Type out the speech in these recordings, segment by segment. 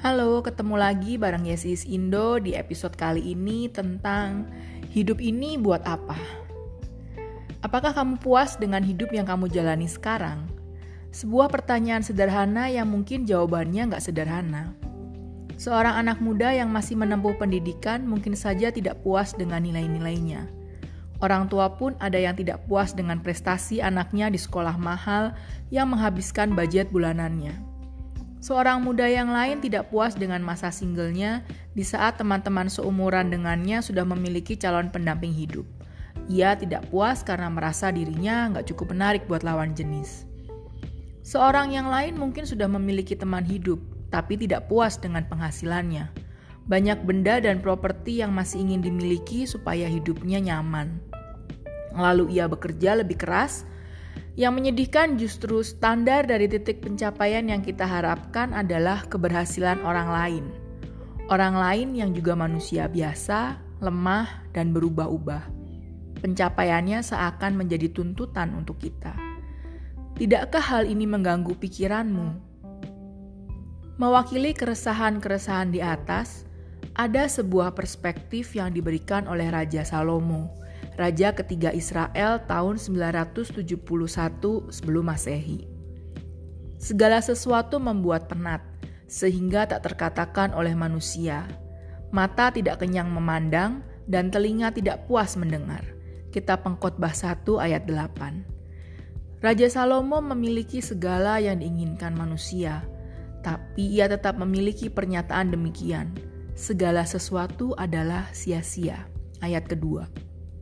Halo, ketemu lagi bareng Yesis Indo di episode kali ini tentang hidup ini buat apa? Apakah kamu puas dengan hidup yang kamu jalani sekarang? Sebuah pertanyaan sederhana yang mungkin jawabannya nggak sederhana. Seorang anak muda yang masih menempuh pendidikan mungkin saja tidak puas dengan nilai-nilainya. Orang tua pun ada yang tidak puas dengan prestasi anaknya di sekolah mahal yang menghabiskan budget bulanannya. Seorang muda yang lain tidak puas dengan masa singlenya di saat teman-teman seumuran dengannya sudah memiliki calon pendamping hidup. Ia tidak puas karena merasa dirinya nggak cukup menarik buat lawan jenis. Seorang yang lain mungkin sudah memiliki teman hidup, tapi tidak puas dengan penghasilannya. Banyak benda dan properti yang masih ingin dimiliki supaya hidupnya nyaman. Lalu ia bekerja lebih keras. Yang menyedihkan justru standar dari titik pencapaian yang kita harapkan adalah keberhasilan orang lain. Orang lain yang juga manusia biasa, lemah, dan berubah-ubah. Pencapaiannya seakan menjadi tuntutan untuk kita. Tidakkah hal ini mengganggu pikiranmu? Mewakili keresahan-keresahan di atas, ada sebuah perspektif yang diberikan oleh Raja Salomo, Raja ketiga Israel tahun 971 sebelum Masehi. Segala sesuatu membuat penat, sehingga tak terkatakan oleh manusia. Mata tidak kenyang memandang, dan telinga tidak puas mendengar. Kitab Pengkhotbah 1 ayat 8. Raja Salomo memiliki segala yang diinginkan manusia, tapi ia tetap memiliki pernyataan demikian. Segala sesuatu adalah sia-sia. Ayat kedua.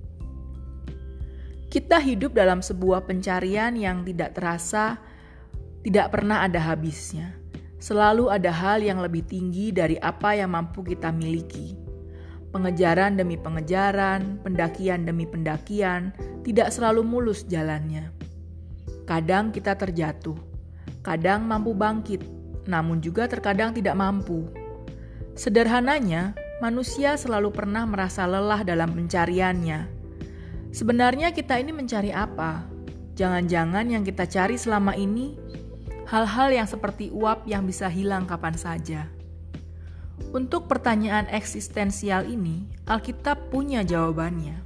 Kita hidup dalam sebuah pencarian yang tidak terasa, tidak pernah ada habisnya. Selalu ada hal yang lebih tinggi dari apa yang mampu kita miliki. Pengejaran demi pengejaran, pendakian demi pendakian, tidak selalu mulus jalannya. Kadang kita terjatuh, kadang mampu bangkit, namun juga terkadang tidak mampu. Sederhananya, manusia selalu pernah merasa lelah dalam pencariannya. Sebenarnya kita ini mencari apa? Jangan-jangan yang kita cari selama ini hal-hal yang seperti uap yang bisa hilang kapan saja. Untuk pertanyaan eksistensial ini, Alkitab punya jawabannya.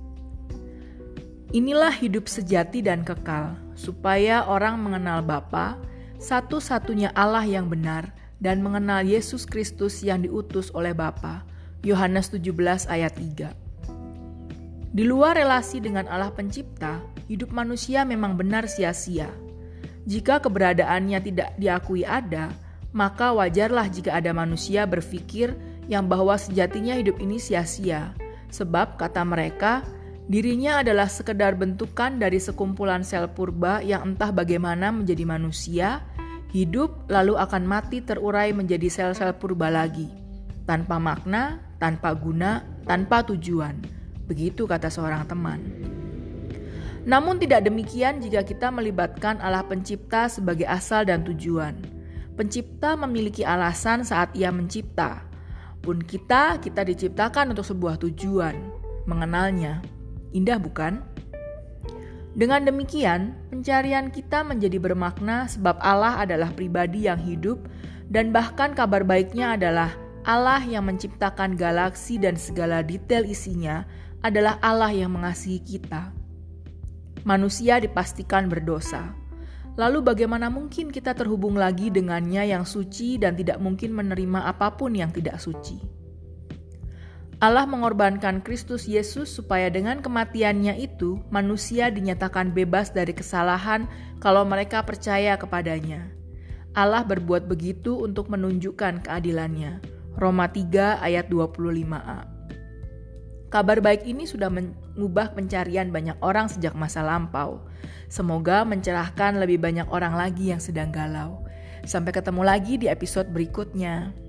Inilah hidup sejati dan kekal, supaya orang mengenal Bapa, satu-satunya Allah yang benar, dan mengenal Yesus Kristus yang diutus oleh Bapa. Yohanes 17 ayat 3. Di luar relasi dengan Allah Pencipta, hidup manusia memang benar sia-sia. Jika keberadaannya tidak diakui ada, maka wajarlah jika ada manusia berpikir yang bahwa sejatinya hidup ini sia-sia. Sebab kata mereka, dirinya adalah sekedar bentukan dari sekumpulan sel purba yang entah bagaimana menjadi manusia, hidup lalu akan mati terurai menjadi sel-sel purba lagi. Tanpa makna, tanpa guna, tanpa tujuan. Begitu kata seorang teman. Namun tidak demikian jika kita melibatkan Allah Pencipta sebagai asal dan tujuan. Pencipta memiliki alasan saat ia mencipta. Pun kita diciptakan untuk sebuah tujuan, mengenalnya. Indah bukan? Dengan demikian, pencarian kita menjadi bermakna sebab Allah adalah pribadi yang hidup dan bahkan kabar baiknya adalah Allah yang menciptakan galaksi dan segala detail isinya adalah Allah yang mengasihi kita. Manusia dipastikan berdosa. Lalu bagaimana mungkin kita terhubung lagi dengannya yang suci dan tidak mungkin menerima apapun yang tidak suci? Allah mengorbankan Kristus Yesus supaya dengan kematiannya itu manusia dinyatakan bebas dari kesalahan kalau mereka percaya kepadanya. Allah berbuat begitu untuk menunjukkan keadilannya. Roma 3 ayat 25a. Kabar baik ini sudah mengubah pencarian banyak orang sejak masa lampau. Semoga mencerahkan lebih banyak orang lagi yang sedang galau. Sampai ketemu lagi di episode berikutnya.